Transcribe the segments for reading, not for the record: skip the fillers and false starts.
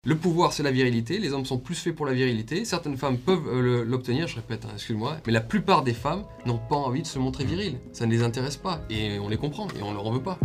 Le pouvoir, c'est la virilité, les hommes sont plus faits pour la virilité, certaines femmes peuvent l'obtenir, je répète, hein, excuse-moi, mais la plupart des femmes n'ont pas envie de se montrer viriles, ça ne les intéresse pas, et on les comprend, et on leur en veut pas.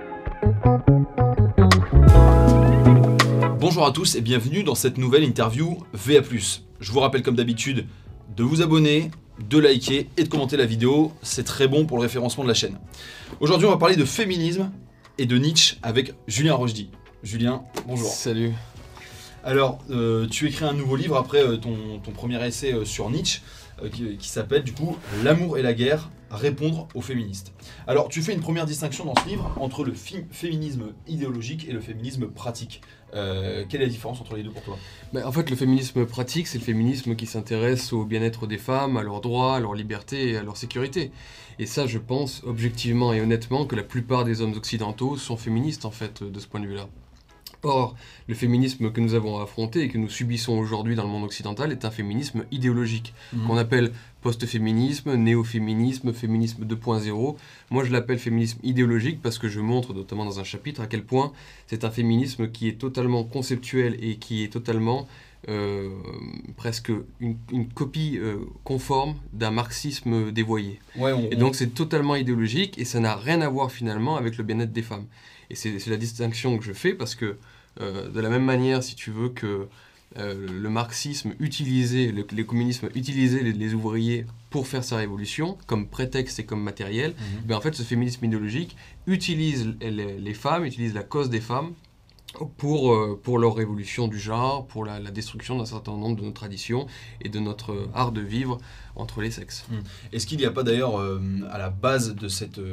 Bonjour à tous et bienvenue dans cette nouvelle interview VA+. Je vous rappelle comme d'habitude de vous abonner, de liker et de commenter la vidéo, c'est très bon pour le référencement de la chaîne. Aujourd'hui on va parler de féminisme et de Nietzsche avec Julien Rochdy. Julien, bonjour. Salut. Alors, tu écris un nouveau livre après ton premier essai sur Nietzsche, qui s'appelle du coup « L'amour et la guerre, répondre aux féministes ». Alors, tu fais une première distinction dans ce livre entre le féminisme idéologique et le féminisme pratique. Quelle est la différence entre les deux pour toi ? En fait, le féminisme pratique, c'est le féminisme qui s'intéresse au bien-être des femmes, à leurs droits, à leur liberté et à leur sécurité. Et ça, je pense, objectivement et honnêtement, que la plupart des hommes occidentaux sont féministes, en fait, de ce point de vue-là. Or, le féminisme que nous avons affronté et que nous subissons aujourd'hui dans le monde occidental est un féminisme idéologique, qu'on appelle post-féminisme, néo-féminisme, féminisme 2.0. Moi, je l'appelle féminisme idéologique parce que je montre, notamment dans un chapitre, à quel point c'est un féminisme qui est totalement conceptuel et qui est totalement presque une copie conforme d'un marxisme dévoyé. Et donc, c'est totalement idéologique et ça n'a rien à voir finalement avec le bien-être des femmes. Et c'est la distinction que je fais parce que, de la même manière, si tu veux, que le marxisme utilisait, les communismes utilisaient les ouvriers pour faire sa révolution, comme prétexte et comme matériel, en fait, ce féminisme idéologique utilise les femmes, utilise la cause des femmes pour leur révolution du genre, pour la destruction d'un certain nombre de nos traditions et de notre art de vivre entre les sexes. Est-ce qu'il n'y a pas d'ailleurs, à la base de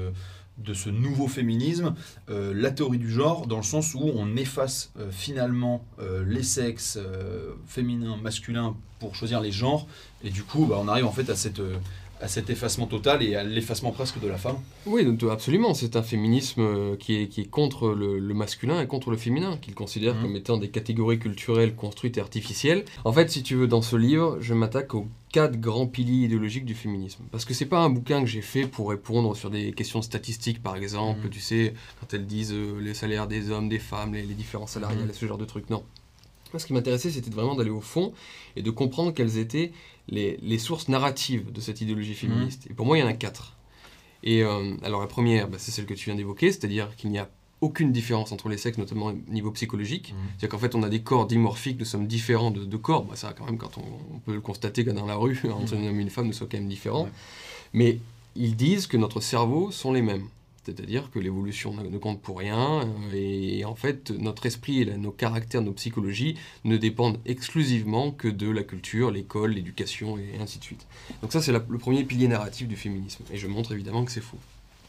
ce nouveau féminisme, la théorie du genre, dans le sens où on efface finalement les sexes féminins, masculins, pour choisir les genres, et du coup on arrive en fait à cet effacement total et à l'effacement presque de la femme. Oui, donc, absolument, c'est un féminisme qui est contre le masculin et contre le féminin, qu'il considère comme étant des catégories culturelles construites et artificielles. En fait, si tu veux, dans ce livre, je m'attaque aux 4 grands piliers idéologiques du féminisme. Parce que c'est pas un bouquin que j'ai fait pour répondre sur des questions statistiques, par exemple, tu sais, quand elles disent les salaires des hommes, des femmes, les différences salariales, ce genre de trucs, non. Moi, ce qui m'intéressait, c'était vraiment d'aller au fond et de comprendre quelles étaient les sources narratives de cette idéologie féministe. Et pour moi, il y en a 4. Et alors la première, c'est celle que tu viens d'évoquer, c'est-à-dire qu'il n'y a aucune différence entre les sexes, notamment au niveau psychologique. C'est-à-dire qu'en fait, on a des corps dimorphiques, nous sommes différents de corps. Ça, quand même, quand on peut le constater dans la rue, entre un homme et une femme, nous sommes quand même différents. Mais ils disent que notre cerveau sont les mêmes. C'est-à-dire que l'évolution ne compte pour rien, et en fait, notre esprit, et nos caractères, nos psychologies ne dépendent exclusivement que de la culture, l'école, l'éducation, et ainsi de suite. Donc ça, c'est le premier pilier narratif du féminisme, et je montre évidemment que c'est faux.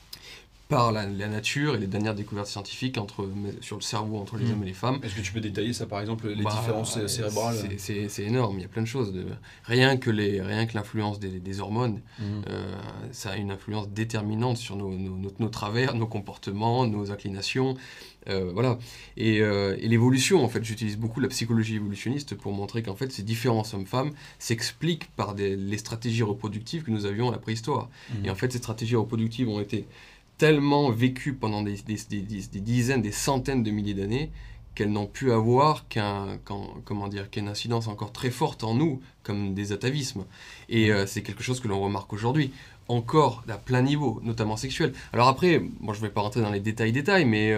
Par la nature et les dernières découvertes scientifiques sur le cerveau entre les hommes et les femmes. Est-ce que tu peux détailler ça, par exemple, les différences cérébrales ? C'est énorme, il y a plein de choses. Rien que l'influence des hormones, ça a une influence déterminante sur nos travers, nos comportements, nos inclinations. Voilà. Et l'évolution, en fait, j'utilise beaucoup la psychologie évolutionniste pour montrer qu'en fait, ces différences hommes-femmes s'expliquent par les stratégies reproductives que nous avions à la préhistoire. Et en fait, ces stratégies reproductives ont été tellement vécues pendant des dizaines, des centaines de milliers d'années qu'elles n'ont pu avoir qu'une incidence encore très forte en nous, comme des atavismes. Et c'est quelque chose que l'on remarque aujourd'hui, encore à plein niveau, notamment sexuel. Alors après, je ne vais pas rentrer dans les détails, mais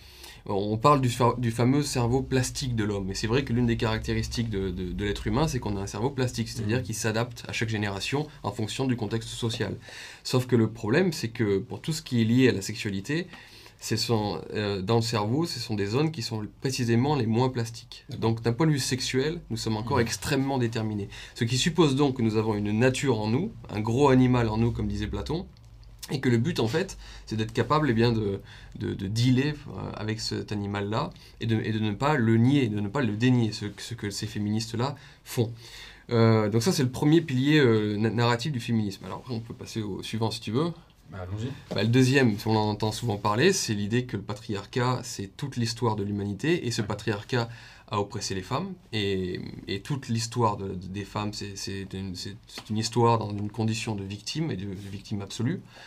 on parle du fameux cerveau plastique de l'homme. Et c'est vrai que l'une des caractéristiques de l'être humain, c'est qu'on a un cerveau plastique, c'est-à-dire qu'il s'adapte à chaque génération en fonction du contexte social. Sauf que le problème, c'est que pour tout ce qui est lié à la sexualité, dans le cerveau, ce sont des zones qui sont précisément les moins plastiques. Donc d'un point de vue sexuel, nous sommes encore extrêmement déterminés. Ce qui suppose donc que nous avons une nature en nous, un gros animal en nous, comme disait Platon, et que le but, en fait, c'est d'être capable de dealer avec cet animal-là et de ne pas le nier, de ne pas le dénier, ce que ces féministes-là font. Donc ça, c'est le premier pilier narratif du féminisme. Alors après, on peut passer au suivant si tu veux. Allons-y. Le deuxième, on en entend souvent parler, c'est l'idée que le patriarcat, c'est toute l'histoire de l'humanité, et ce patriarcat a oppressé les femmes, et toute l'histoire des femmes, c'est une histoire dans une condition de victime, et de victime absolue.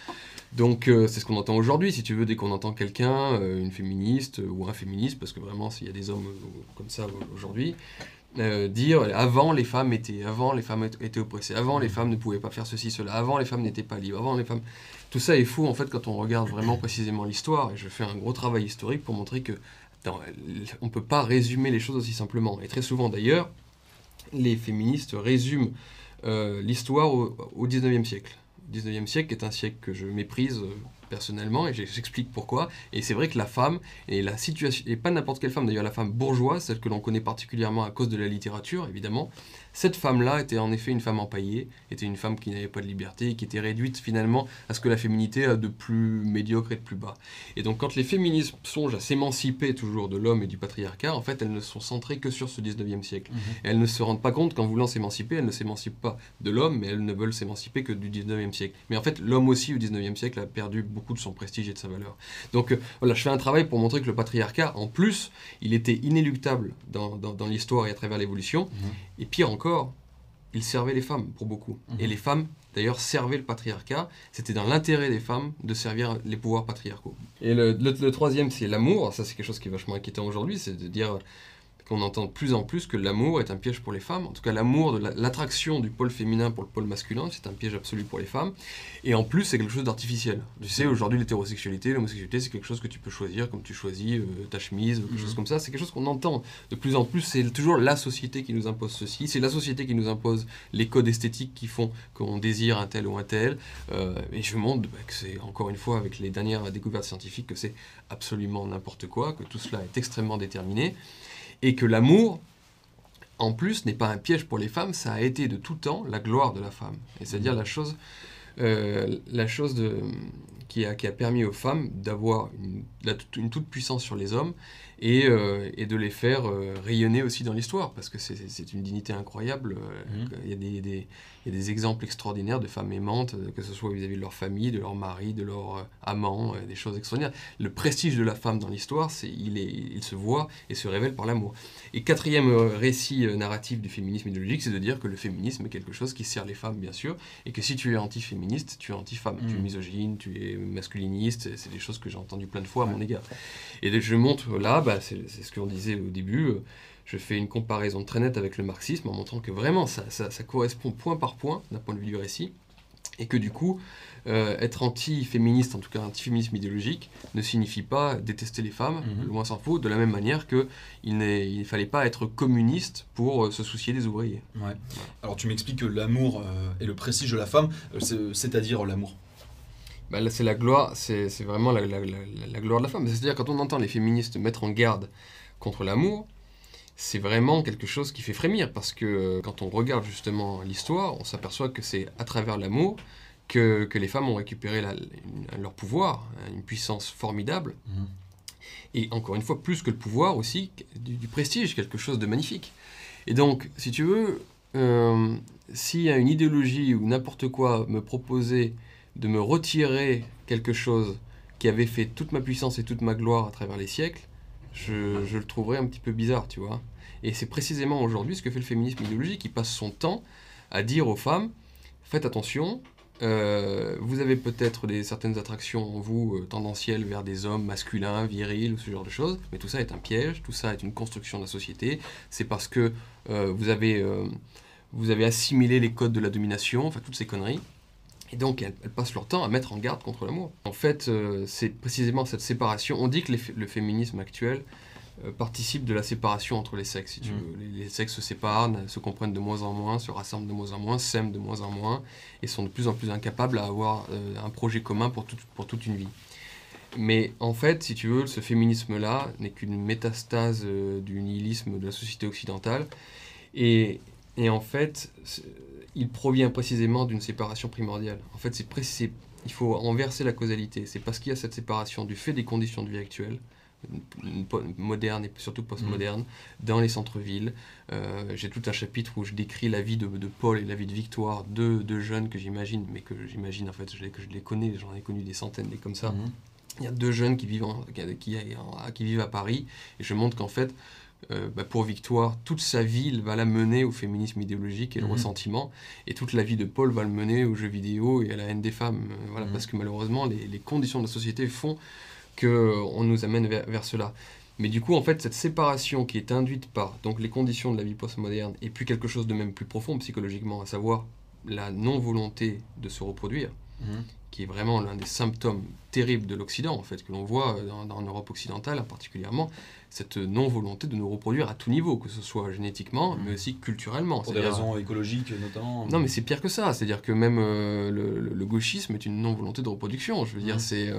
Donc c'est ce qu'on entend aujourd'hui, si tu veux, dès qu'on entend quelqu'un, une féministe ou un féministe, parce que vraiment il y a des hommes comme ça aujourd'hui, dire avant les femmes étaient oppressées, avant les femmes ne pouvaient pas faire ceci, cela, avant les femmes n'étaient pas libres, avant les femmes... Tout ça est fou en fait quand on regarde vraiment précisément l'histoire, et je fais un gros travail historique pour montrer que on ne peut pas résumer les choses aussi simplement. Et très souvent d'ailleurs, les féministes résument l'histoire au 19e siècle. Le 19e siècle est un siècle que je méprise personnellement, et j'explique pourquoi. Et c'est vrai que la femme, et la situation, et pas n'importe quelle femme d'ailleurs, la femme bourgeoise, celle que l'on connaît particulièrement à cause de la littérature, évidemment, cette femme-là était en effet une femme empaillée, était une femme qui n'avait pas de liberté, et qui était réduite finalement à ce que la féminité a de plus médiocre et de plus bas. Et donc quand les féministes songent à s'émanciper toujours de l'homme et du patriarcat, en fait elles ne sont centrées que sur ce 19e siècle. Et elles ne se rendent pas compte qu'en voulant s'émanciper, elles ne s'émancipent pas de l'homme, mais elles ne veulent s'émanciper que du 19e siècle. Mais en fait l'homme aussi au 19e siècle a perdu beaucoup de son prestige et de sa valeur. Donc voilà, je fais un travail pour montrer que le patriarcat, en plus, il était inéluctable dans l'histoire et à travers l'évolution. Et pire encore, il servait les femmes pour beaucoup. Et les femmes, d'ailleurs, servaient le patriarcat. C'était dans l'intérêt des femmes de servir les pouvoirs patriarcaux. Et le troisième, c'est l'amour. Ça, c'est quelque chose qui est vachement inquiétant aujourd'hui. C'est de dire qu'on entend de plus en plus que l'amour est un piège pour les femmes. En tout cas, l'amour, l'attraction du pôle féminin pour le pôle masculin, c'est un piège absolu pour les femmes. Et en plus, c'est quelque chose d'artificiel. Tu sais, aujourd'hui, l'hétérosexualité, l'homosexualité, c'est quelque chose que tu peux choisir, comme tu choisis ta chemise, ou quelque chose comme ça. C'est quelque chose qu'on entend de plus en plus. C'est toujours la société qui nous impose ceci. C'est la société qui nous impose les codes esthétiques qui font qu'on désire un tel ou un tel. Et je montre que c'est, encore une fois, avec les dernières découvertes scientifiques, que c'est absolument n'importe quoi, que tout cela est extrêmement déterminé. Et que l'amour, en plus, n'est pas un piège pour les femmes, ça a été de tout temps la gloire de la femme. Et c'est-à-dire la chose qui a permis aux femmes d'avoir une toute puissance sur les hommes et de les faire rayonner aussi dans l'histoire, parce que c'est une dignité incroyable. Il y a des exemples extraordinaires de femmes aimantes, que ce soit vis-à-vis de leur famille, de leur mari, de leur amant, des choses extraordinaires. Le prestige de la femme dans l'histoire, il se voit et se révèle par l'amour. Et quatrième récit narratif du féminisme idéologique, c'est de dire que le féminisme est quelque chose qui sert les femmes, bien sûr, et que si tu es anti-féministe, tu es anti-femme. Tu es misogyne, tu es masculiniste, c'est des choses que j'ai entendues plein de fois à mon égard. Et je montre là, c'est ce qu'on disait au début, je fais une comparaison très nette avec le marxisme en montrant que vraiment ça correspond point par point d'un point de vue du récit, et que du coup, être anti-féministe, en tout cas anti-féminisme idéologique, ne signifie pas détester les femmes, loin s'en faut, de la même manière qu'il ne fallait pas être communiste pour se soucier des ouvriers. Ouais. Ouais. Alors tu m'expliques que l'amour et le prestige de la femme, c'est-à-dire l'amour. Là, c'est la gloire, c'est vraiment la gloire de la femme. C'est-à-dire, quand on entend les féministes mettre en garde contre l'amour, c'est vraiment quelque chose qui fait frémir, parce que quand on regarde justement l'histoire, on s'aperçoit que c'est à travers l'amour que les femmes ont récupéré leur pouvoir, une puissance formidable, et encore une fois, plus que le pouvoir aussi, du prestige, quelque chose de magnifique. Et donc, si tu veux, s'il y a une idéologie ou n'importe quoi me proposait de me retirer quelque chose qui avait fait toute ma puissance et toute ma gloire à travers les siècles, je le trouverais un petit peu bizarre, tu vois. Et c'est précisément aujourd'hui ce que fait le féminisme idéologique, qui passe son temps à dire aux femmes, faites attention, vous avez peut-être certaines attractions en vous tendancielles vers des hommes masculins, virils, ou ce genre de choses, mais tout ça est un piège, tout ça est une construction de la société, c'est parce que vous avez assimilé les codes de la domination, enfin toutes ces conneries. Et donc, elles passent leur temps à mettre en garde contre l'amour. En fait, c'est précisément cette séparation. On dit que le féminisme actuel participe de la séparation entre les sexes, si tu veux. Les sexes se séparent, se comprennent de moins en moins, se rassemblent de moins en moins, s'aiment de moins en moins, et sont de plus en plus incapables à avoir un projet commun pour toute une vie. Mais en fait, si tu veux, ce féminisme-là n'est qu'une métastase du nihilisme de la société occidentale. Et en fait, il provient précisément d'une séparation primordiale. En fait, il faut renverser la causalité. C'est parce qu'il y a cette séparation du fait des conditions de vie actuelles, modernes et surtout post-modernes, dans les centres-villes. J'ai tout un chapitre où je décris la vie de Paul et la vie de Victoire, deux jeunes que j'imagine, mais que j'imagine en fait, que je les connais, j'en ai connu des centaines, des comme ça. Il y a deux jeunes qui vivent à Paris, et je montre qu'en fait, pour Victoire, toute sa vie, il va la mener au féminisme idéologique et le ressentiment, et toute la vie de Paul va le mener aux jeux vidéo et à la haine des femmes, parce que malheureusement, les conditions de la société font qu'on nous amène vers cela. Mais du coup, en fait, cette séparation qui est induite par donc, les conditions de la vie postmoderne, et puis quelque chose de même plus profond psychologiquement, à savoir la non-volonté de se reproduire, qui est vraiment l'un des symptômes terribles de l'Occident, en fait, que l'on voit en Europe occidentale particulièrement, cette non-volonté de nous reproduire à tout niveau, que ce soit génétiquement, mais aussi culturellement. Pour des raisons écologiques notamment. Non, mais c'est pire que ça. C'est-à-dire que même le gauchisme est une non-volonté de reproduction. Je veux dire, c'est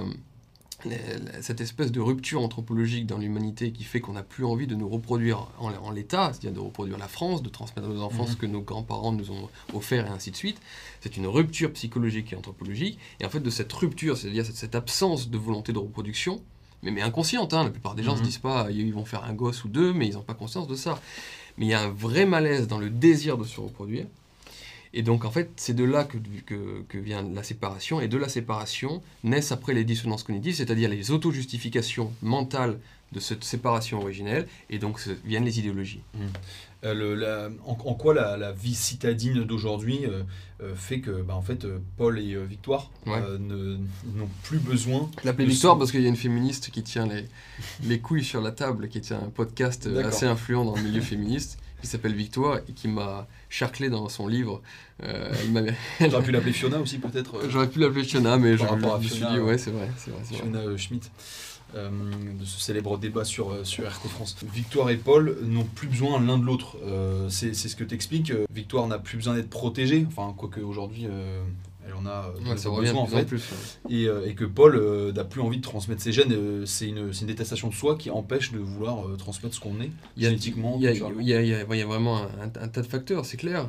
cette espèce de rupture anthropologique dans l'humanité qui fait qu'on n'a plus envie de nous reproduire en l'état, c'est-à-dire de reproduire la France, de transmettre à nos enfants ce que nos grands-parents nous ont offert et ainsi de suite. C'est une rupture psychologique et anthropologique. Et en fait, de cette rupture, c'est-à-dire cette absence de volonté de reproduction, mais inconsciente, la plupart des gens ne se disent pas ils vont faire un gosse ou deux, mais ils n'ont pas conscience de ça. Mais il y a un vrai malaise dans le désir de se reproduire. Et donc, en fait, c'est de là que vient la séparation. Et de la séparation naissent après les dissonances cognitives, c'est-à-dire les auto-justifications mentales de cette séparation originelle. Et donc, viennent les idéologies. En quoi la vie citadine d'aujourd'hui fait que en fait, Paul et Victoire n'ont plus besoin... Je l'appelais Victoire parce qu'il y a une féministe qui tient les couilles sur la table, qui tient un podcast assez influent dans le milieu féministe, qui s'appelle Victoire et qui m'a charclé dans son livre. J'aurais pu l'appeler Fiona aussi peut-être. J'aurais pu l'appeler Fiona, mais je me suis dit ouais, c'est vrai. Fiona Schmidt. De ce célèbre débat sur RT France. Victoire et Paul n'ont plus besoin l'un de l'autre. C'est ce que t'expliques. Victoire n'a plus besoin d'être protégée, enfin quoique aujourd'hui elle en a besoin en fait. Plus, et que Paul n'a plus envie de transmettre ses gènes. C'est une détestation de soi qui empêche de vouloir transmettre ce qu'on est génétiquement. Il y a vraiment un tas de facteurs, c'est clair.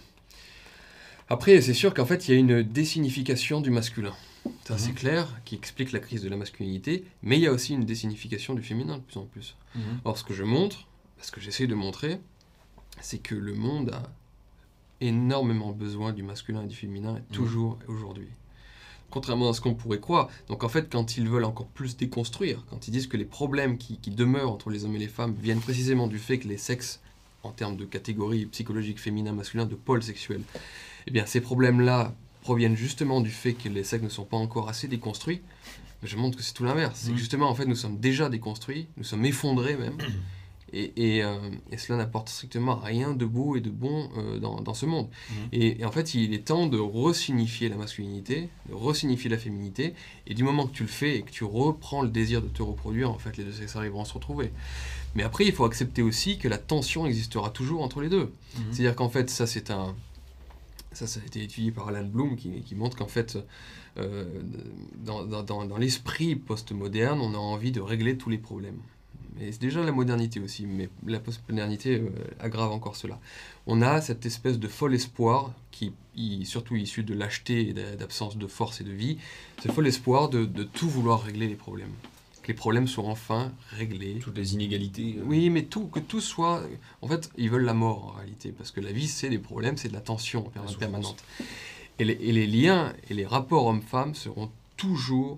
Après, c'est sûr qu'en fait, il y a une désignification du masculin. Ça, c'est clair, qui explique la crise de la masculinité, mais il y a aussi une désignification du féminin de plus en plus. Or, ce que je montre, ce que j'essaie de montrer, c'est que le monde a énormément besoin du masculin et du féminin, toujours aujourd'hui. Contrairement à ce qu'on pourrait croire. Donc en fait, quand ils veulent encore plus déconstruire, quand ils disent que les problèmes qui demeurent entre les hommes et les femmes viennent précisément du fait que les sexes, en termes de catégories psychologiques féminin-masculin, de pôles sexuels, eh bien ces problèmes-là proviennent justement du fait que les sexes ne sont pas encore assez déconstruits. Je montre que c'est tout l'inverse. C'est que justement, en fait, nous sommes déjà déconstruits, nous sommes effondrés même, et cela n'apporte strictement rien de beau et de bon dans ce monde. Et en fait, il est temps de resignifier la masculinité, de resignifier la féminité, et du moment que tu le fais et que tu reprends le désir de te reproduire, en fait, les deux sexes arriveront à se retrouver. Mais après, il faut accepter aussi que la tension existera toujours entre les deux. C'est-à-dire qu'en fait, ça a été étudié par Alan Bloom, qui montre qu'en fait, dans l'esprit post-moderne, on a envie de régler tous les problèmes. Et c'est déjà la modernité aussi, mais la post-modernité aggrave encore cela. On a cette espèce de fol espoir, surtout issu de lâcheté et d'absence de force et de vie, ce fol espoir de tout vouloir régler les problèmes. Que les problèmes soient enfin réglés. Toutes les inégalités. Oui, mais que tout soit... En fait, ils veulent la mort, en réalité, parce que la vie, c'est des problèmes, c'est de la tension permanente. Et les liens et les rapports hommes-femmes seront toujours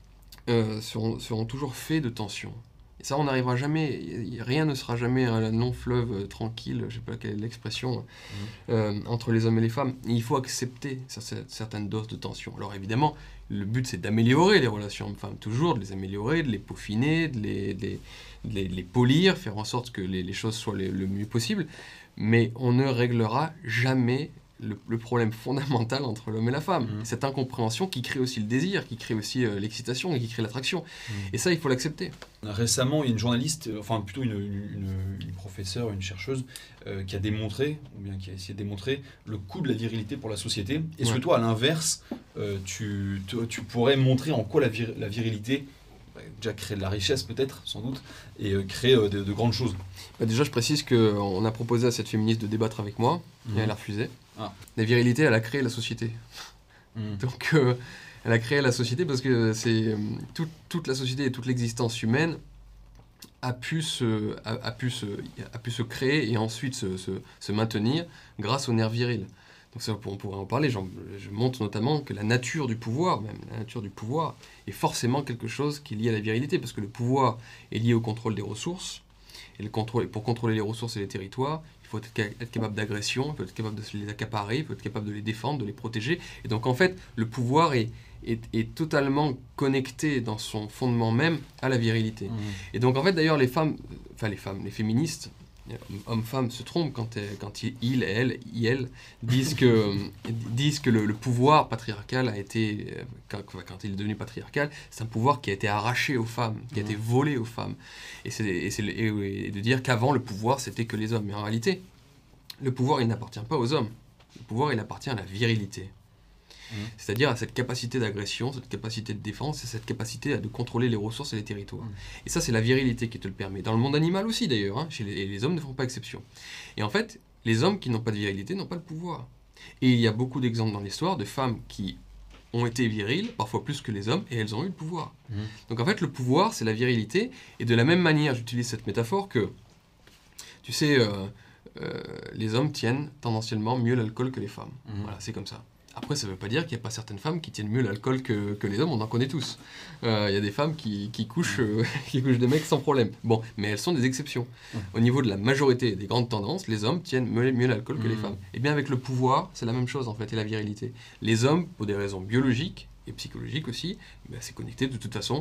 faits de tension. Et ça, on n'arrivera jamais... Rien ne sera jamais un long fleuve tranquille, je ne sais pas quelle est l'expression, entre les hommes et les femmes. Et il faut accepter certaines doses de tension. Alors évidemment, le but, c'est d'améliorer les relations hommes-femmes, toujours, de les améliorer, de les peaufiner, de les polir, faire en sorte que les choses soient le mieux possible. Mais on ne réglera jamais le problème fondamental entre l'homme et la femme. Cette incompréhension qui crée aussi le désir, qui crée aussi l'excitation et qui crée l'attraction. Et ça, il faut l'accepter. Récemment, il y a une journaliste, enfin plutôt une professeure, une chercheuse, qui a démontré, ou bien qui a essayé de démontrer, le coût de la virilité pour la société. Est-ce que toi, à l'inverse, tu pourrais montrer en quoi la virilité déjà créer de la richesse peut-être, sans doute, et créer de grandes choses? Déjà, je précise qu'on a proposé à cette féministe de débattre avec moi, et elle a refusé. La virilité, elle a créé la société. Donc, elle a créé la société parce que c'est toute la société et toute l'existence humaine a pu se créer et ensuite se maintenir grâce au nerf viril. Donc ça, on pourrait en parler. Je montre notamment que la nature du pouvoir est forcément quelque chose qui est lié à la virilité, parce que le pouvoir est lié au contrôle des ressources, Et pour contrôler les ressources et les territoires, il faut être capable d'agression, il faut être capable de se les accaparer, il faut être capable de les défendre, de les protéger. Et donc en fait, le pouvoir est totalement connecté dans son fondement même à la virilité. Et donc en fait d'ailleurs les féministes, hommes-femmes se trompent quand ils, elles disent que le pouvoir patriarcal a été, quand il est devenu patriarcal, c'est un pouvoir qui a été arraché aux femmes, qui a été volé aux femmes. Et de dire qu'avant le pouvoir c'était que les hommes. Mais en réalité, le pouvoir il n'appartient pas aux hommes. Le pouvoir il appartient à la virilité. C'est-à-dire à cette capacité d'agression, cette capacité de défense et cette capacité de contrôler les ressources et les territoires. Et ça, c'est la virilité qui te le permet. Dans le monde animal aussi, d'ailleurs, hein, et les hommes ne font pas exception. Et en fait, les hommes qui n'ont pas de virilité n'ont pas le pouvoir. Et il y a beaucoup d'exemples dans l'histoire de femmes qui ont été viriles, parfois plus que les hommes, et elles ont eu le pouvoir. Donc en fait, le pouvoir, c'est la virilité. Et de la même manière, j'utilise cette métaphore que, tu sais, les hommes tiennent tendanciellement mieux l'alcool que les femmes. Voilà, c'est comme ça. Après, ça ne veut pas dire qu'il n'y a pas certaines femmes qui tiennent mieux l'alcool que les hommes, on en connaît tous. Il y a des femmes qui couchent des mecs sans problème. Bon, mais elles sont des exceptions. Au niveau de la majorité des grandes tendances, les hommes tiennent mieux l'alcool que les femmes. Et bien avec le pouvoir, c'est la même chose en fait, et la virilité. Les hommes, pour des raisons biologiques et psychologiques aussi, ben, c'est connecté de toute façon,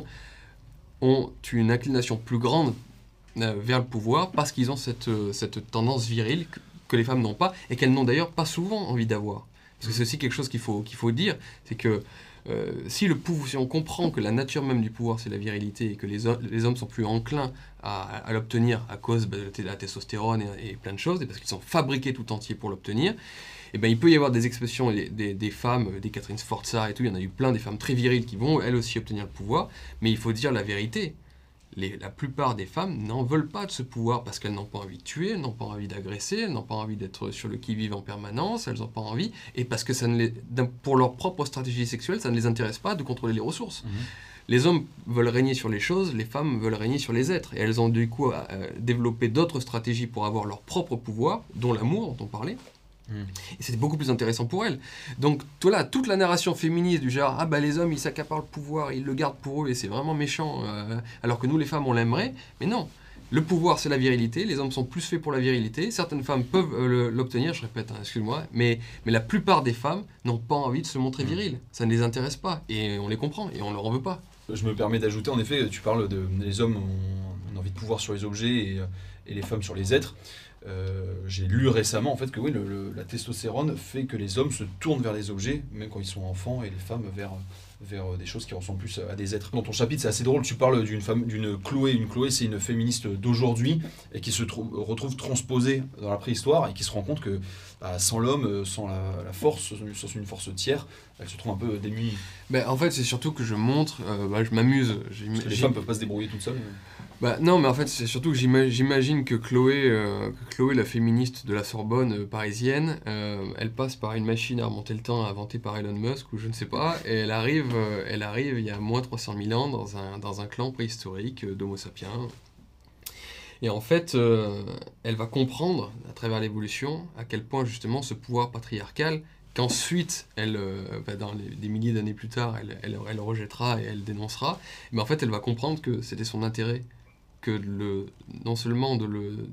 ont une inclination plus grande vers le pouvoir parce qu'ils ont cette tendance virile que les femmes n'ont pas, et qu'elles n'ont d'ailleurs pas souvent envie d'avoir. Parce que c'est aussi quelque chose qu'il faut dire, c'est que si on comprend que la nature même du pouvoir c'est la virilité et que les hommes sont plus enclins à l'obtenir à cause de la testostérone et plein de choses, et parce qu'ils sont fabriqués tout entiers pour l'obtenir, et ben, il peut y avoir des expressions, des femmes, des Catherine Sforza et tout, il y en a eu plein, des femmes très viriles qui vont elles aussi obtenir le pouvoir, mais il faut dire la vérité. La plupart des femmes n'en veulent pas de ce pouvoir parce qu'elles n'ont pas envie de tuer, elles n'ont pas envie d'agresser, elles n'ont pas envie d'être sur le qui-vive en permanence, elles n'ont pas envie, et parce que pour leur propre stratégie sexuelle, ça ne les intéresse pas de contrôler les ressources. Les hommes veulent régner sur les choses, les femmes veulent régner sur les êtres, et elles ont du coup développé d'autres stratégies pour avoir leur propre pouvoir, dont l'amour dont on parlait. Et c'était beaucoup plus intéressant pour elles. Donc voilà, toute la narration féministe du genre « Ah bah les hommes ils s'accaparent le pouvoir, ils le gardent pour eux et c'est vraiment méchant, alors que nous les femmes on l'aimerait », mais non, le pouvoir c'est la virilité, les hommes sont plus faits pour la virilité, certaines femmes peuvent l'obtenir, je répète, hein, excuse-moi, mais la plupart des femmes n'ont pas envie de se montrer viriles, ça ne les intéresse pas, et on les comprend, et on leur en veut pas. Je me permets d'ajouter, en effet, tu parles les hommes ont envie de pouvoir sur les objets et les femmes sur les êtres. J'ai lu récemment en fait que oui, la testostérone fait que les hommes se tournent vers les objets, même quand ils sont enfants, et les femmes vers des choses qui ressemblent plus à des êtres. Dans ton chapitre, c'est assez drôle, tu parles d'une Chloé. Une Chloé, c'est une féministe d'aujourd'hui et qui se retrouve transposée dans la préhistoire et qui se rend compte que sans l'homme, sans la force, sans une force tiers, elle se trouve un peu démunie. Ben, en fait, c'est surtout que je montre, je m'amuse. Parce que les femmes peuvent pas se débrouiller toutes seules. Bah, non, mais en fait, c'est surtout que j'imagine que Chloé, la féministe de la Sorbonne parisienne, elle passe par une machine à remonter le temps inventée par Elon Musk, ou je ne sais pas, et elle arrive il y a moins 300 000 ans dans un clan préhistorique d'Homo sapiens. Et en fait, elle va comprendre, à travers l'évolution, à quel point justement ce pouvoir patriarcal, qu'ensuite, dans des milliers d'années plus tard, elle rejettera et elle dénoncera, mais en fait, elle va comprendre que c'était son intérêt que non seulement de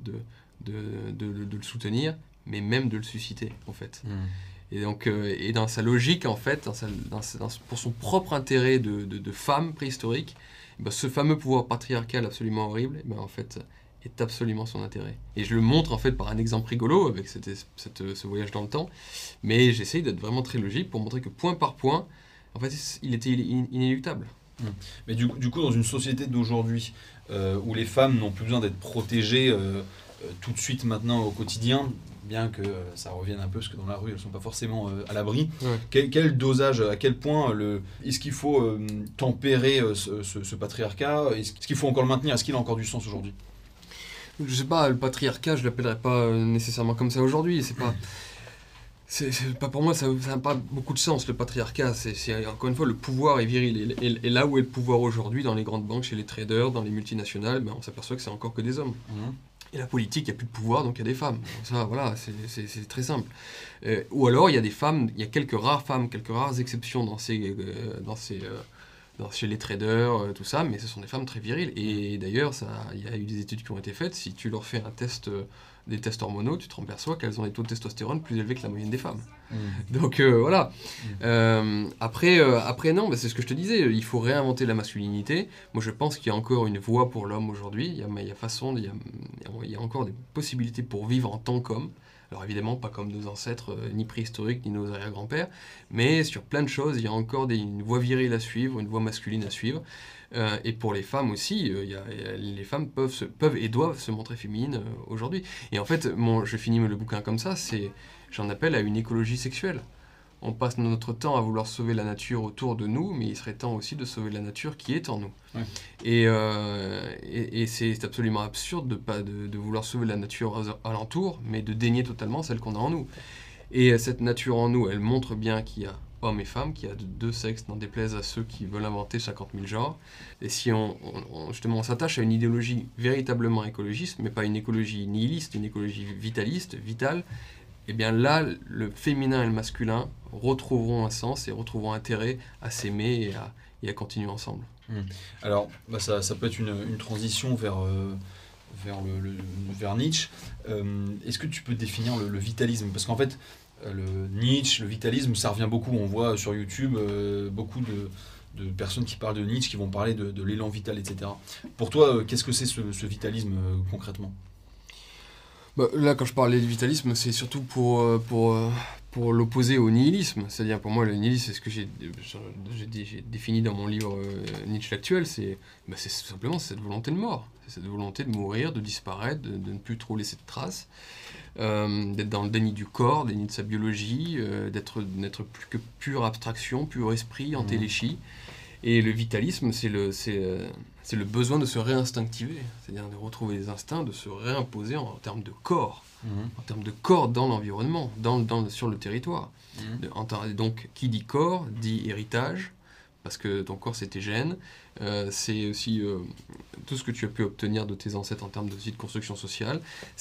le soutenir, mais même de le susciter, en fait. Et donc, et dans sa logique, en fait, pour son propre intérêt de femme préhistorique, ce fameux pouvoir patriarcal absolument horrible, en fait, est absolument son intérêt. Et je le montre, en fait, par un exemple rigolo, avec ce voyage dans le temps, mais j'essaye d'être vraiment très logique pour montrer que, point par point, en fait, il était inéluctable. Mais du coup, dans une société d'aujourd'hui, où les femmes n'ont plus besoin d'être protégées tout de suite maintenant au quotidien, bien que ça revienne un peu, parce que dans la rue, elles ne sont pas forcément à l'abri. Ouais. Quel dosage, à quel point est-ce qu'il faut tempérer ce patriarcat? Est-ce qu'il faut encore le maintenir? Est-ce qu'il a encore du sens aujourd'hui? Je sais pas, le patriarcat, je l'appellerais pas nécessairement comme ça aujourd'hui. C'est pas... C'est pas pour moi, ça n'a pas beaucoup de sens, le patriarcat. C'est encore une fois, le pouvoir est viril. Et là où est le pouvoir aujourd'hui, dans les grandes banques, chez les traders, dans les multinationales, on s'aperçoit que c'est encore que des hommes. Et la politique, il n'y a plus de pouvoir, donc il y a des femmes. Ça, voilà, c'est très simple. Ou alors, il y a des femmes, il y a quelques rares femmes, quelques rares exceptions dans ces chez les traders, tout ça, mais ce sont des femmes très viriles. Et d'ailleurs, il y a eu des études qui ont été faites. Si tu leur fais des tests hormonaux, tu te aperçois qu'elles ont des taux de testostérone plus élevés que la moyenne des femmes. Donc voilà. Après non, c'est ce que je te disais, il faut réinventer la masculinité. Moi je pense qu'il y a encore une voie pour l'homme aujourd'hui, il y a encore des possibilités pour vivre en tant qu'homme. Alors évidemment pas comme nos ancêtres, ni préhistoriques, ni nos arrière-grands-pères, mais sur plein de choses, il y a encore une voie virile à suivre, une voie masculine à suivre. Et pour les femmes aussi, les femmes peuvent et doivent se montrer féminines aujourd'hui. Et en fait, je finis le bouquin comme ça, j'en appelle à une écologie sexuelle. On passe notre temps à vouloir sauver la nature autour de nous, mais il serait temps aussi de sauver la nature qui est en nous. Ouais. Et c'est absolument absurde de vouloir sauver la nature alentour, mais de dénier totalement celle qu'on a en nous. Et cette nature en nous, elle montre bien qu'il y a hommes et femmes, qu'il y a deux sexes, n'en déplaise à ceux qui veulent inventer 50 000 genres. Et si justement on s'attache à une idéologie véritablement écologiste, mais pas une écologie nihiliste, une écologie vitaliste, vitale, et bien là, le féminin et le masculin retrouveront un sens et retrouveront intérêt à s'aimer et à continuer ensemble. Alors, ça peut être une transition vers Nietzsche. Est-ce que tu peux définir le vitalisme ? Parce qu'en fait, Nietzsche, le vitalisme, ça revient beaucoup. On voit sur YouTube beaucoup de personnes qui parlent de Nietzsche, qui vont parler de l'élan vital, etc. Pour toi, qu'est-ce que c'est ce vitalisme concrètement ? Là, quand je parlais de vitalisme, c'est surtout pour l'opposer au nihilisme. C'est-à-dire, pour moi, le nihilisme, c'est ce que j'ai défini dans mon livre Nietzsche l'actuel, c'est simplement cette volonté de mort. C'est cette volonté de mourir, de disparaître, de ne plus trop laisser de traces, d'être dans le déni du corps, déni de sa biologie, d'être plus que pure abstraction, pur esprit, entéléchie. Et le vitalisme, c'est le besoin de se réinstinctiver, c'est-à-dire de retrouver les instincts, de se réimposer en termes de corps, en termes de corps dans l'environnement, sur le territoire. Donc, qui dit corps, dit héritage, parce que ton corps, c'est tes gènes, c'est aussi tout ce que tu as pu obtenir de tes ancêtres en termes de construction sociale.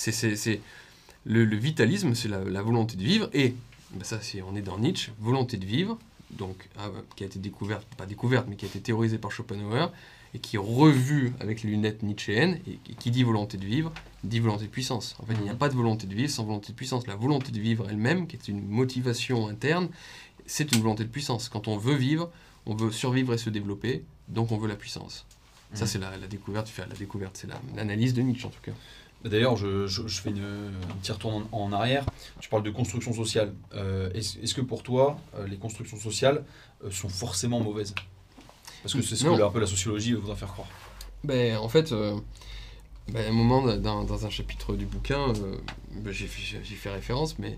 Le vitalisme, c'est la volonté de vivre, et on est dans Nietzsche, volonté de vivre, donc, qui a été mais qui a été théorisée par Schopenhauer, et qui est revue avec les lunettes nietzschéennes, et qui dit volonté de vivre, dit volonté de puissance. En fait, il n'y a pas de volonté de vivre sans volonté de puissance. La volonté de vivre elle-même, qui est une motivation interne, c'est une volonté de puissance. Quand on veut vivre, on veut survivre et se développer, donc on veut la puissance. Ça, c'est la découverte, c'est l'analyse de Nietzsche, en tout cas. D'ailleurs, je fais un petit retour en arrière. Tu parles de construction sociale. Est-ce que pour toi, les constructions sociales sont forcément mauvaises ? Parce que c'est ce que un peu la sociologie voudrait faire croire. En fait, à un moment, dans un chapitre du bouquin, j'y fais référence, mais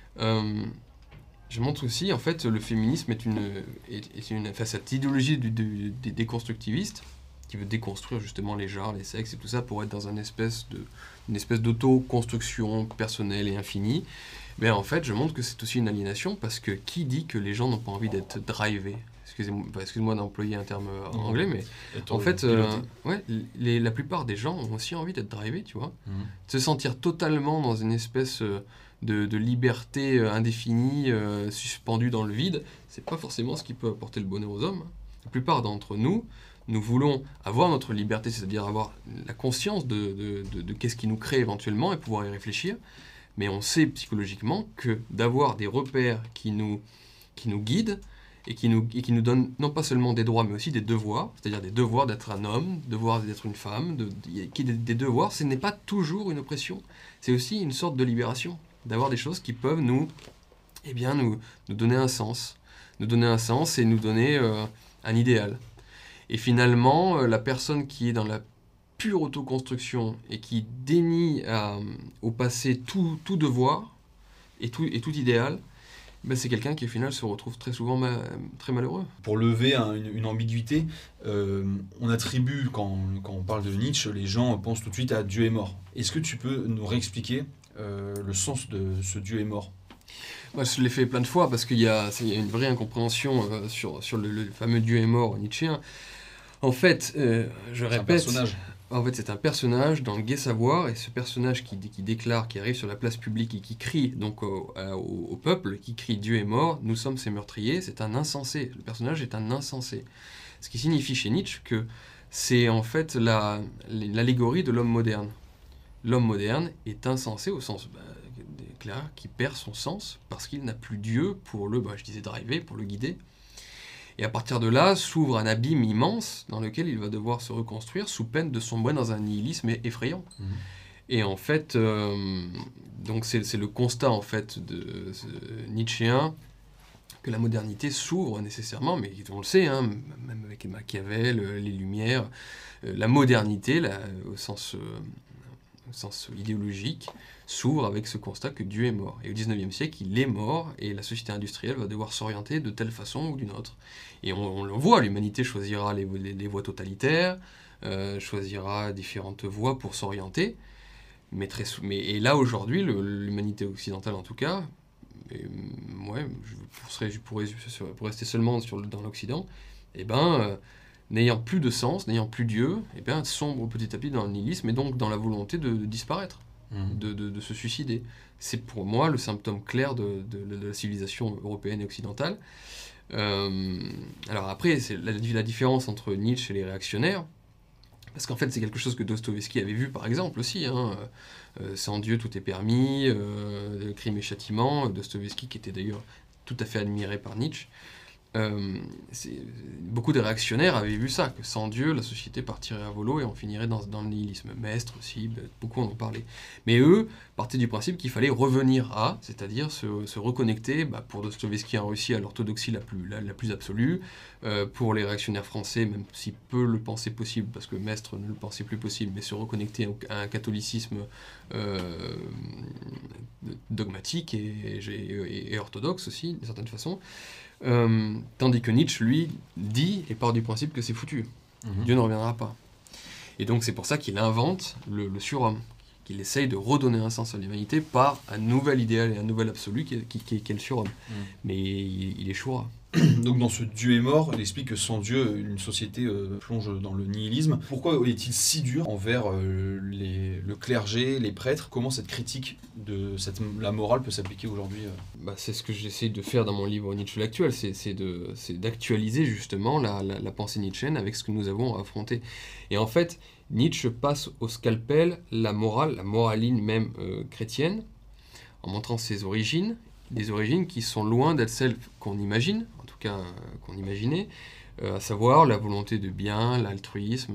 je montre aussi, en fait, le féminisme est cette idéologie des déconstructivistes, qui veut déconstruire justement les genres, les sexes et tout ça pour être dans une espèce d'auto-construction personnelle et infinie. Mais en fait, je montre que c'est aussi une aliénation, parce que qui dit que les gens n'ont pas envie d'être drivés ? Excuse-moi d'employer un terme anglais, mais en fait, la plupart des gens ont aussi envie d'être drivés, tu vois. Se sentir totalement dans une espèce de liberté indéfinie, suspendue dans le vide, c'est pas forcément ce qui peut apporter le bonheur aux hommes. La plupart d'entre nous voulons avoir notre liberté, c'est-à-dire avoir la conscience de qu'est-ce qui nous crée éventuellement et pouvoir y réfléchir. Mais on sait psychologiquement que d'avoir des repères qui nous guident et qui nous donnent non pas seulement des droits, mais aussi des devoirs, c'est-à-dire des devoirs d'être un homme, devoirs d'être une femme, des devoirs, ce n'est pas toujours une oppression. C'est aussi une sorte de libération, d'avoir des choses qui peuvent nous donner un sens. Nous donner un sens et nous donner un idéal. Et finalement, la personne qui est dans la pure autoconstruction et qui dénie au passé tout devoir et tout idéal, c'est quelqu'un qui au final se retrouve très souvent très malheureux. Pour lever une ambiguïté, on attribue, quand on parle de Nietzsche, les gens pensent tout de suite à Dieu est mort. Est-ce que tu peux nous réexpliquer le sens de ce Dieu est mort ? Moi, je l'ai fait plein de fois parce qu'il y a une vraie incompréhension sur le fameux Dieu est mort nietzschéen. En fait, je répète, c'est un personnage dans le Gai Savoir, et ce personnage qui déclare, qui arrive sur la place publique et qui crie donc au peuple, qui crie Dieu est mort, nous sommes ses meurtriers, c'est un insensé. Le personnage est un insensé. Ce qui signifie chez Nietzsche que c'est en fait l'allégorie de l'homme moderne. L'homme moderne est insensé au sens clair, qui perd son sens parce qu'il n'a plus Dieu pour je disais driver, pour le guider. Et à partir de là, s'ouvre un abîme immense dans lequel il va devoir se reconstruire sous peine de sombrer dans un nihilisme effrayant. Et en fait, donc c'est le constat en fait de nietzschéen que la modernité s'ouvre nécessairement, mais on le sait, hein, même avec Machiavel, les Lumières, la modernité, au sens idéologique, s'ouvre avec ce constat que Dieu est mort. Et au XIXe siècle, il est mort, et la société industrielle va devoir s'orienter de telle façon ou d'une autre. Et on le voit, l'humanité choisira les voies totalitaires, choisira différentes voies pour s'orienter, et là, aujourd'hui, l'humanité occidentale, en tout cas, pour rester seulement dans l'Occident, n'ayant plus de sens, n'ayant plus Dieu, sombre petit à petit dans le nihilisme et donc dans la volonté de disparaître, de se suicider. C'est pour moi le symptôme clair de la civilisation européenne et occidentale. Alors après, c'est la différence entre Nietzsche et les réactionnaires, parce qu'en fait c'est quelque chose que Dostoïevski avait vu par exemple aussi, hein. Sans Dieu tout est permis, Crime et châtiment, Dostoïevski qui était d'ailleurs tout à fait admiré par Nietzsche. Beaucoup de réactionnaires avaient vu ça, que sans Dieu, la société partirait à volo et on finirait dans le nihilisme. Mestre aussi, beaucoup en ont parlé. Mais eux partaient du principe qu'il fallait revenir c'est-à-dire se reconnecter, pour Dostoïevski en Russie, à l'orthodoxie la plus absolue, pour les réactionnaires français, même si peu le pensaient possible, parce que Mestre ne le pensait plus possible, mais se reconnecter à un catholicisme dogmatique et orthodoxe aussi, d'une certaine façon. Tandis que Nietzsche, lui, dit et part du principe que c'est foutu. Dieu ne reviendra pas. Et donc c'est pour ça qu'il invente le surhomme, qu'il essaye de redonner un sens à l'humanité par un nouvel idéal et un nouvel absolu qui est le surhomme. Mais il échouera. Donc dans ce Dieu est mort, il explique que sans Dieu, une société plonge dans le nihilisme. Pourquoi est-il si dur envers le clergé, les prêtres? Comment cette critique de la morale peut s'appliquer aujourd'hui C'est ce que j'essaie de faire dans mon livre Nietzsche l'actuel, c'est d'actualiser justement la pensée nietzschéenne avec ce que nous avons à affronter. Et en fait, Nietzsche passe au scalpel la moraline même chrétienne, en montrant ses origines, des origines qui sont loin d'être celles qu'on imagine, en tout cas qu'on imaginait, à savoir la volonté de bien, l'altruisme,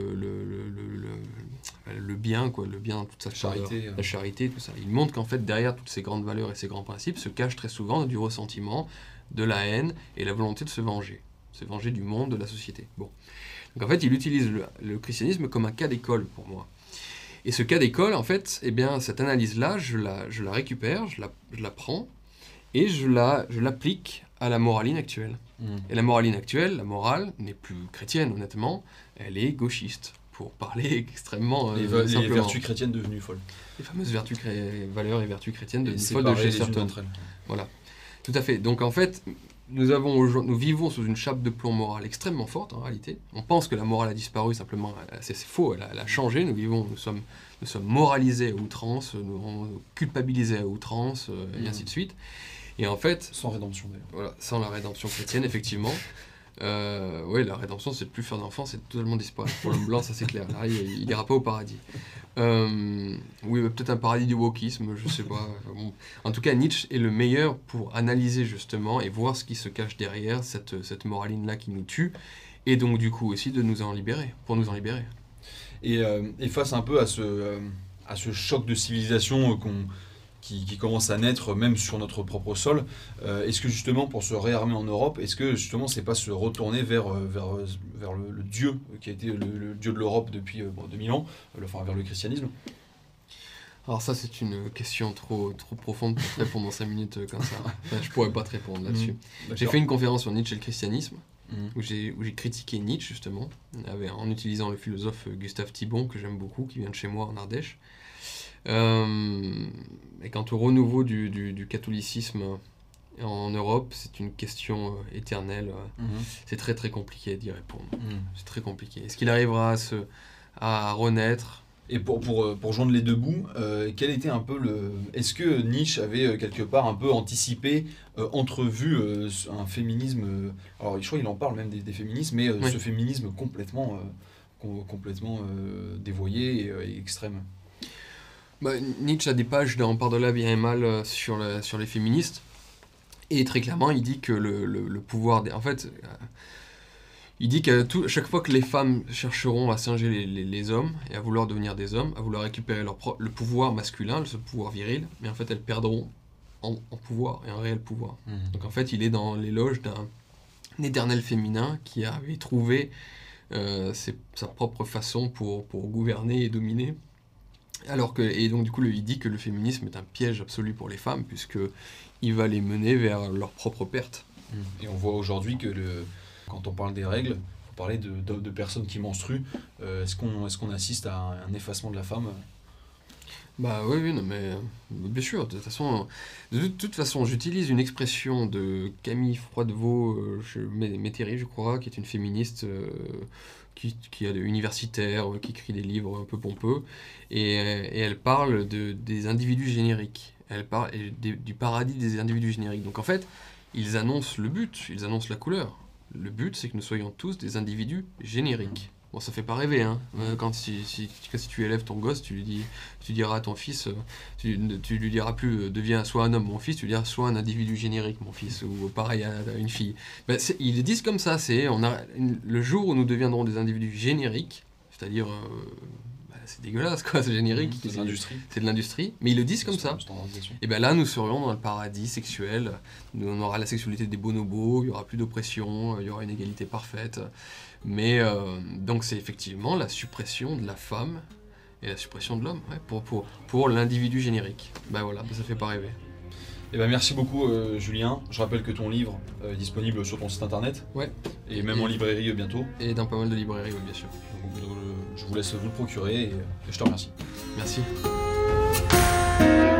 le bien, le bien dans toute sa charité, la charité, tout ça. Il montre qu'en fait, derrière toutes ces grandes valeurs et ces grands principes, se cache très souvent du ressentiment, de la haine et la volonté de se venger du monde, de la société. Bon. Donc en fait, il utilise le christianisme comme un cas d'école pour moi. Et ce cas d'école, en fait, cette analyse-là, je la récupère, je la prends, et je l'applique à la moraline actuelle. Et la moraline actuelle, la morale, n'est plus chrétienne, honnêtement, elle est gauchiste, pour parler extrêmement simplement. Les vertus chrétiennes devenues folles. Les fameuses valeurs et vertus chrétiennes devenues folles de Chesterton. Voilà, tout à fait. Donc en fait, nous vivons sous une chape de plomb morale extrêmement forte, en réalité. On pense que la morale a disparu, simplement, c'est faux, elle a changé. Nous sommes moralisés à outrance, nous culpabilisés à outrance, et ainsi de suite. Et en fait... Sans rédemption, d'ailleurs. Voilà, sans la rédemption chrétienne, effectivement. Oui, la rédemption, c'est de plus faire d'enfants, c'est totalement disparaître. Pour l'homme blanc, ça c'est clair. Là, il n'ira pas au paradis. Oui, peut-être un paradis du wokisme, je sais pas. Bon. En tout cas, Nietzsche est le meilleur pour analyser justement et voir ce qui se cache derrière cette moraline-là qui nous tue, et donc du coup aussi de nous en libérer, pour nous en libérer. Et face un peu à ce choc de civilisation qui commence à naître même sur notre propre sol, est-ce que justement pour se réarmer en Europe, est-ce que justement c'est pas se retourner vers le Dieu qui a été le Dieu de l'Europe depuis 2000 ans, vers le christianisme? Alors ça c'est une question trop profonde pour te répondre en 5 minutes comme ça. Enfin, je pourrais pas te répondre là-dessus. J'ai fait une conférence sur Nietzsche et le christianisme, où j'ai critiqué Nietzsche justement, en utilisant le philosophe Gustave Thibon, que j'aime beaucoup, qui vient de chez moi en Ardèche. Et quant au renouveau du catholicisme en Europe, c'est une question éternelle. C'est très très compliqué d'y répondre. C'est très compliqué. Est-ce qu'il arrivera à renaître? Et pour joindre les deux bouts, quel était un peu le... Est-ce que Nietzsche avait quelque part un peu anticipé, entrevu un féminisme... alors je crois qu'il en parle même des féministes, mais Oui. ce féminisme complètement, dévoyé et extrême. Bah, Nietzsche a des pages dans Par-delà bien et mal sur les féministes. Et très clairement, il dit que le pouvoir... En fait, il dit qu'à chaque fois que les femmes chercheront à singer les hommes et à vouloir devenir des hommes, à vouloir récupérer le pouvoir masculin, ce pouvoir viril, mais en fait elles perdront en pouvoir et en réel pouvoir. Donc en fait, il est dans l'éloge d'un éternel féminin qui avait trouvé sa propre façon pour gouverner et dominer. Et donc du coup, il dit que le féminisme est un piège absolu pour les femmes, puisqu'il va les mener vers leur propre perte. Et on voit aujourd'hui que quand on parle des règles, il faut parler de personnes qui menstruent. Est-ce qu'on assiste à un effacement de la femme ? Bah oui, non, mais bien sûr, de toute façon, j'utilise une expression de Camille Froidevaux, Métairie, je crois, qui est une féministe qui est universitaire, qui écrit des livres un peu pompeux, et elle parle des individus génériques. Elle parle du paradis des individus génériques. Donc en fait, ils annoncent le but, ils annoncent la couleur. Le but, c'est que nous soyons tous des individus génériques. Bon, ça fait pas rêver, hein. Si tu élèves ton gosse, tu diras à ton fils, tu lui diras plus deviens soit un homme, mon fils, tu lui diras soit un individu générique, mon fils, ou pareil à une fille. Ben, ils le disent comme ça, le jour où nous deviendrons des individus génériques, c'est-à-dire, c'est dégueulasse quoi, c'est générique. C'est de l'industrie. C'est de l'industrie, mais ils le disent comme ça. Et bien là, nous serions dans le paradis sexuel, on aura la sexualité des bonobos, il n'y aura plus d'oppression, il y aura une égalité parfaite. Mais donc c'est effectivement la suppression de la femme et la suppression de l'homme, ouais, pour l'individu générique. Ben voilà, ça fait pas rêver. Eh ben merci beaucoup Julien. Je rappelle que ton livre est disponible sur ton site internet. Ouais. Et même en librairie bientôt. Et dans pas mal de librairies, oui, bien sûr. Donc, je vous laisse vous le procurer et je te remercie. Merci.